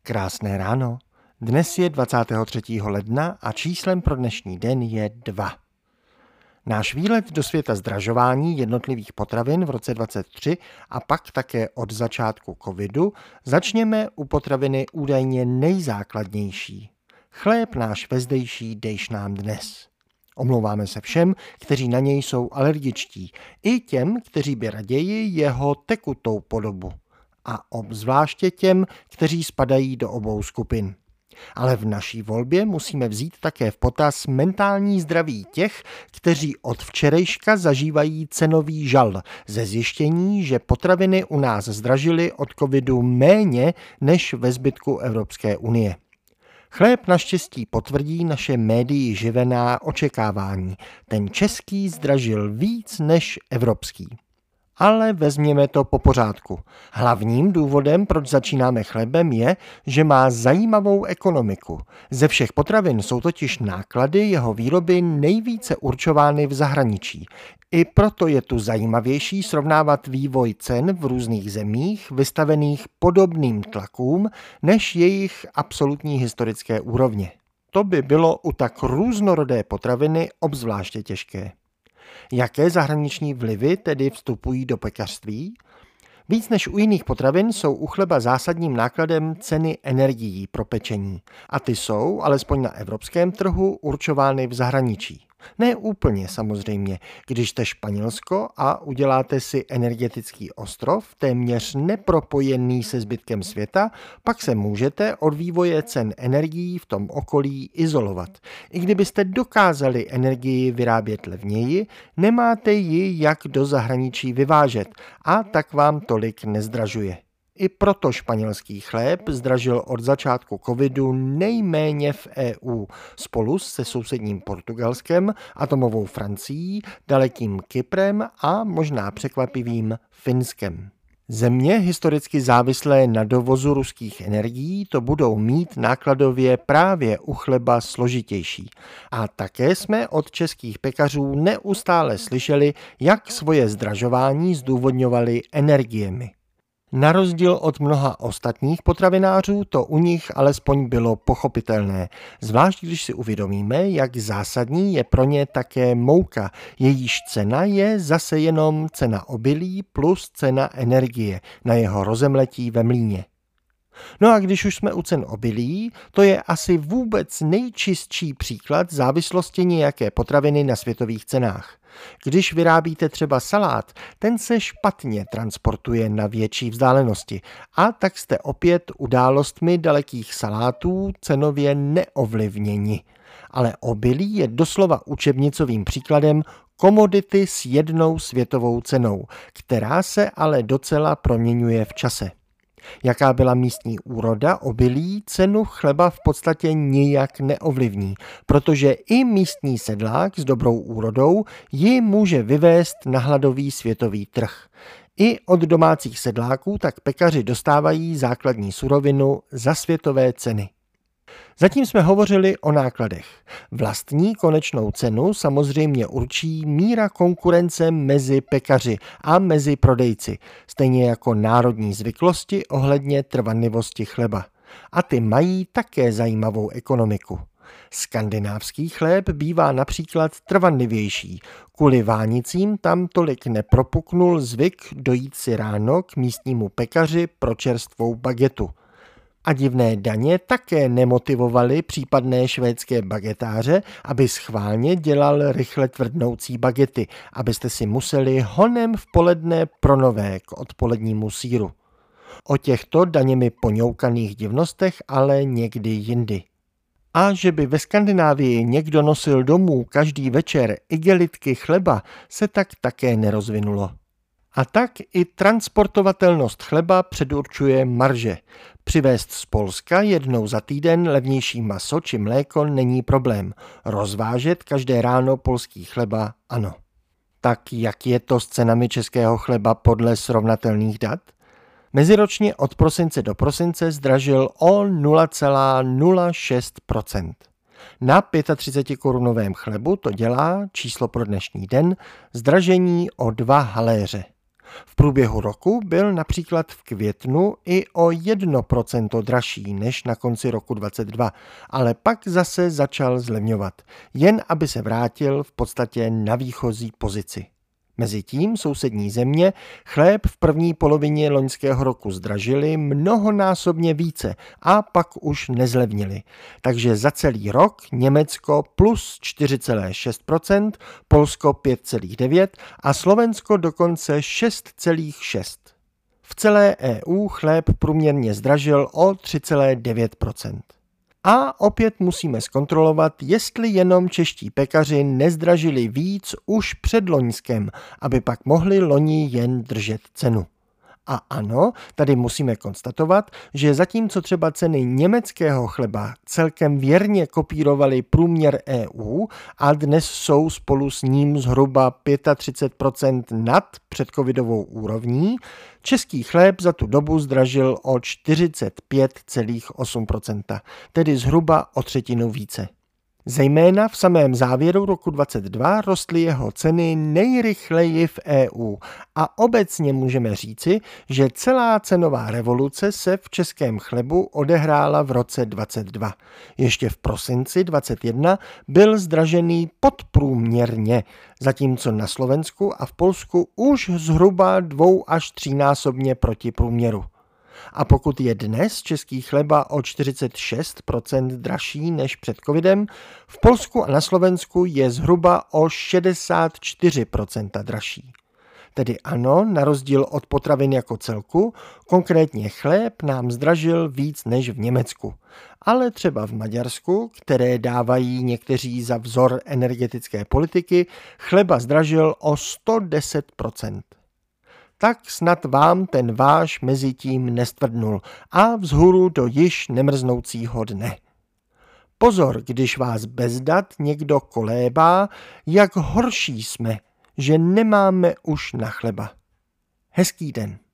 Krásné ráno. Dnes je 23. ledna a číslem pro dnešní den je 2. Náš výlet do světa zdražování jednotlivých potravin v roce 2023 a pak také od začátku covidu začněme u potraviny údajně nejzákladnější. Chléb náš vezdejší dejš nám dnes. Omlouváme se všem, kteří na něj jsou alergičtí, i těm, kteří by raději jeho tekutou podobu. A obzvláště těm, kteří spadají do obou skupin. Ale v naší volbě musíme vzít také v potaz mentální zdraví těch, kteří od včerejška zažívají cenový žal ze zjištění, že potraviny u nás zdražily od covidu méně než ve zbytku Evropské unie. Chléb naštěstí potvrdí naše médii živená očekávání. Ten český zdražil víc než evropský. Ale vezměme to po pořádku. Hlavním důvodem, proč začínáme chlebem, je, že má zajímavou ekonomiku. Ze všech potravin jsou totiž náklady jeho výroby nejvíce určovány v zahraničí. I proto je tu zajímavější srovnávat vývoj cen v různých zemích vystavených podobným tlakům než jejich absolutní historické úrovně. To by bylo u tak různorodé potraviny obzvláště těžké. Jaké zahraniční vlivy tedy vstupují do pekařství? Víc než u jiných potravin jsou u chleba zásadním nákladem ceny energií pro pečení. A ty jsou, alespoň na evropském trhu, určovány v zahraničí. Ne úplně samozřejmě. Když jste Španělsko a uděláte si energetický ostrov, téměř nepropojený se zbytkem světa, pak se můžete od vývoje cen energií v tom okolí izolovat. I kdybyste dokázali energii vyrábět levněji, nemáte ji jak do zahraničí vyvážet a tak vám tolik nezdražuje. I proto španělský chléb zdražil od začátku covidu nejméně v EU, spolu se sousedním Portugalskem, atomovou Francií, dalekým Kyprem a možná překvapivým Finskem. Země historicky závislé na dovozu ruských energií to budou mít nákladově právě u chleba složitější. A také jsme od českých pekařů neustále slyšeli, jak svoje zdražování zdůvodňovali energiemi. Na rozdíl od mnoha ostatních potravinářů to u nich alespoň bylo pochopitelné, zvlášť když si uvědomíme, jak zásadní je pro ně také mouka, jejíž cena je zase jenom cena obilí plus cena energie na jeho rozemletí ve mlýně. No a když už jsme u cen obilí, to je asi vůbec nejčistší příklad závislosti nějaké potraviny na světových cenách. Když vyrábíte třeba salát, ten se špatně transportuje na větší vzdálenosti a tak jste opět událostmi dalekých salátů cenově neovlivněni. Ale obilí je doslova učebnicovým příkladem komodity s jednou světovou cenou, která se ale docela proměňuje v čase. Jaká byla místní úroda obilí, cenu chleba v podstatě nijak neovlivní, protože i místní sedlák s dobrou úrodou ji může vyvést na hladový světový trh. I od domácích sedláků tak pekaři dostávají základní surovinu za světové ceny. Zatím jsme hovořili o nákladech. Vlastní konečnou cenu samozřejmě určí míra konkurence mezi pekaři a mezi prodejci, stejně jako národní zvyklosti ohledně trvanlivosti chleba. A ty mají také zajímavou ekonomiku. Skandinávský chléb bývá například trvanlivější. Kvůli vánicím tam tolik nepropuknul zvyk dojít si ráno k místnímu pekaři pro čerstvou bagetu. A divné daně také nemotivovaly případné švédské bagetáře, aby schválně dělal rychle tvrdnoucí bagety, abyste si museli honem v poledne pro nové k odpolednímu sýru. O těchto daněmi poňoukaných divnostech ale někdy jindy. A že by ve Skandinávii někdo nosil domů každý večer igelitky chleba, se tak také nerozvinulo. A tak i transportovatelnost chleba předurčuje marže. Přivést z Polska jednou za týden levnější maso či mléko není problém. Rozvážet každé ráno polský chleba ano. Tak jak je to s cenami českého chleba podle srovnatelných dat? Meziročně od prosince do prosince zdražil o 0,06%. Na 35korunovém chlebu to dělá, číslo pro dnešní den, zdražení o 2 haléře. V průběhu roku byl například v květnu i o 1% dražší než na konci roku 2022, ale pak zase začal zlevňovat, jen aby se vrátil v podstatě na výchozí pozici. Mezitím sousední země chléb v první polovině loňského roku zdražili mnohonásobně více a pak už nezlevnili. Takže za celý rok Německo plus 4,6%, Polsko 5,9% a Slovensko dokonce 6,6%. V celé EU chléb průměrně zdražil o 3,9%. A opět musíme zkontrolovat, jestli jenom čeští pekaři nezdražili víc už před loňskem, aby pak mohli loni jen držet cenu. A ano, tady musíme konstatovat, že zatímco třeba ceny německého chleba celkem věrně kopírovaly průměr EU a dnes jsou spolu s ním zhruba 35% nad předcovidovou úrovní, český chléb za tu dobu zdražil o 45,8%, tedy zhruba o třetinu více. Zejména v samém závěru roku 2022 rostly jeho ceny nejrychleji v EU a obecně můžeme říci, že celá cenová revoluce se v českém chlebu odehrála v roce 2022. Ještě v prosinci 2021 byl zdražený podprůměrně, zatímco na Slovensku a v Polsku už zhruba 2- až 3násobně proti průměru. A pokud je dnes český chleba o 46% dražší než před covidem, v Polsku a na Slovensku je zhruba o 64% dražší. Tedy ano, na rozdíl od potravin jako celku, konkrétně chléb nám zdražil víc než v Německu. Ale třeba v Maďarsku, které dávají někteří za vzor energetické politiky, chleba zdražil o 110%. Tak snad vám ten váš mezitím nestvrdnul a vzhůru do již nemrznoucího dne. Pozor, když vás bez dat někdo kolébá, jak horší jsme, že nemáme už na chleba. Hezký den.